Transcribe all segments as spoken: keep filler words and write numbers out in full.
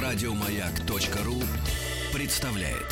Радиомаяк.ру представляет.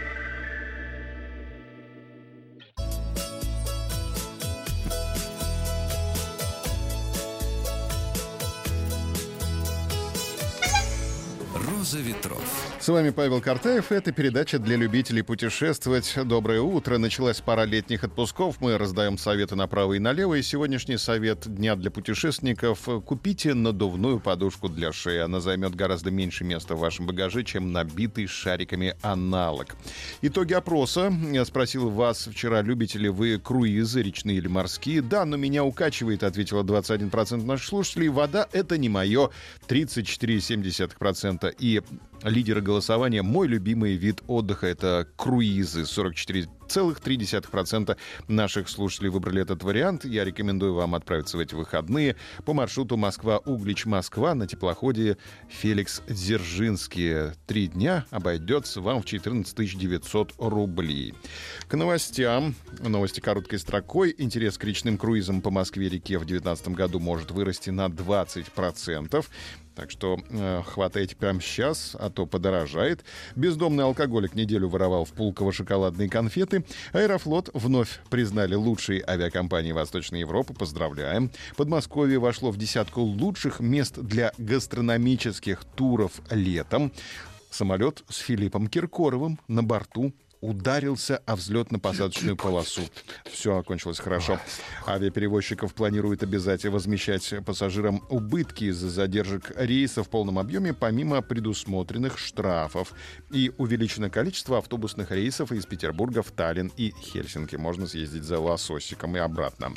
«Роза ветров». С вами Павел Картаев. Это передача для любителей путешествовать. Доброе утро. Началась пора летних отпусков. Мы раздаем советы направо и налево. И сегодняшний совет дня для путешественников: купите надувную подушку для шеи. Она займет гораздо меньше места в вашем багаже, чем набитый шариками аналог. Итоги опроса. Я спросил вас вчера, любите ли вы круизы, речные или морские. Да, но меня укачивает, ответило двадцать один процент наших слушателей. Вода — это не мое, тридцать четыре целых семь десятых процента. И лидеры голосования: мой любимый вид отдыха — это круизы. сорок четыре целых три десятых процента наших слушателей выбрали этот вариант. Я рекомендую вам отправиться в эти выходные по маршруту Москва-Углич-Москва на теплоходе «Феликс Дзержинский». Три дня обойдется вам в четырнадцать тысяч девятьсот рублей. К новостям. Новости короткой строкой. Интерес к речным круизам по Москве-реке в две тысячи девятнадцатом году может вырасти на двадцать процентов. Так что э, хватайте прямо сейчас, а то подорожает. Бездомный алкоголик неделю воровал в Пулково шоколадные конфеты. Аэрофлот вновь признали лучшей авиакомпанией Восточной Европы. Поздравляем. Подмосковье вошло в десятку лучших мест для гастрономических туров летом. Самолет с Филиппом Киркоровым на борту ударился о взлетно-посадочную полосу. Все окончилось хорошо. Авиаперевозчиков планируют обязать возмещать пассажирам убытки из-за задержек рейса в полном объеме, помимо предусмотренных штрафов. И увеличено количество автобусных рейсов из Петербурга в Таллин и Хельсинки. Можно съездить за лососиком и обратно.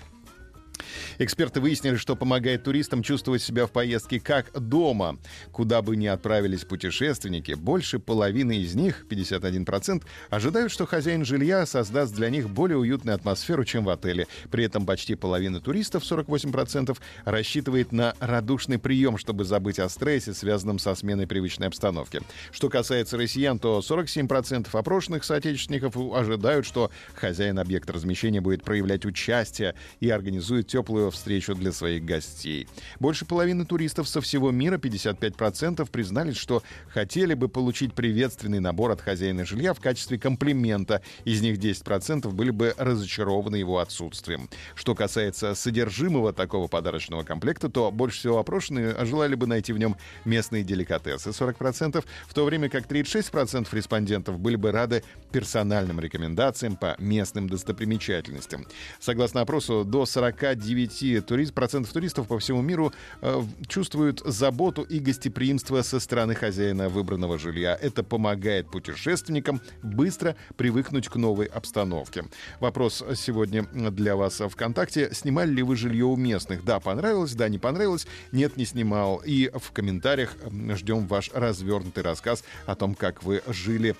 Эксперты выяснили, что помогает туристам чувствовать себя в поездке как дома. Куда бы ни отправились путешественники, больше половины из них, пятьдесят один процент, ожидают, что хозяин жилья создаст для них более уютную атмосферу, чем в отеле. При этом почти половина туристов, сорок восемь процентов, рассчитывает на радушный прием, чтобы забыть о стрессе, связанном со сменой привычной обстановки. Что касается россиян, то сорок семь процентов опрошенных соотечественников ожидают, что хозяин объекта размещения будет проявлять участие и организует теплую встречу для своих гостей. Больше половины туристов со всего мира, пятьдесят пять процентов, признались, что хотели бы получить приветственный набор от хозяина жилья в качестве комплимента. Из них десять процентов были бы разочарованы его отсутствием. Что касается содержимого такого подарочного комплекта, то больше всего опрошенные желали бы найти в нем местные деликатесы, сорок процентов, в то время как тридцать шесть процентов респондентов были бы рады персональным рекомендациям по местным достопримечательностям. Согласно опросу, до сорок девять процентов туристов по всему миру э, чувствуют заботу и гостеприимство со стороны хозяина выбранного жилья. Это помогает путешественникам быстро привыкнуть к новой обстановке. Вопрос сегодня для вас ВКонтакте: снимали ли вы жилье у местных? Да, понравилось, да, не понравилось, нет, не снимал. И в комментариях ждем ваш развернутый рассказ о том, как вы жили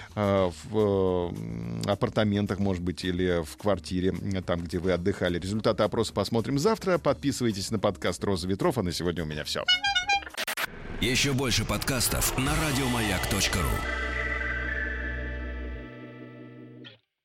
в апартаментах, может быть, или в квартире, там, где вы отдыхали. Результаты опроса посмотрим завтра. Подписывайтесь на подкаст «Роза ветров». А на сегодня у меня все. Еще больше подкастов на радиомаяк точка ру.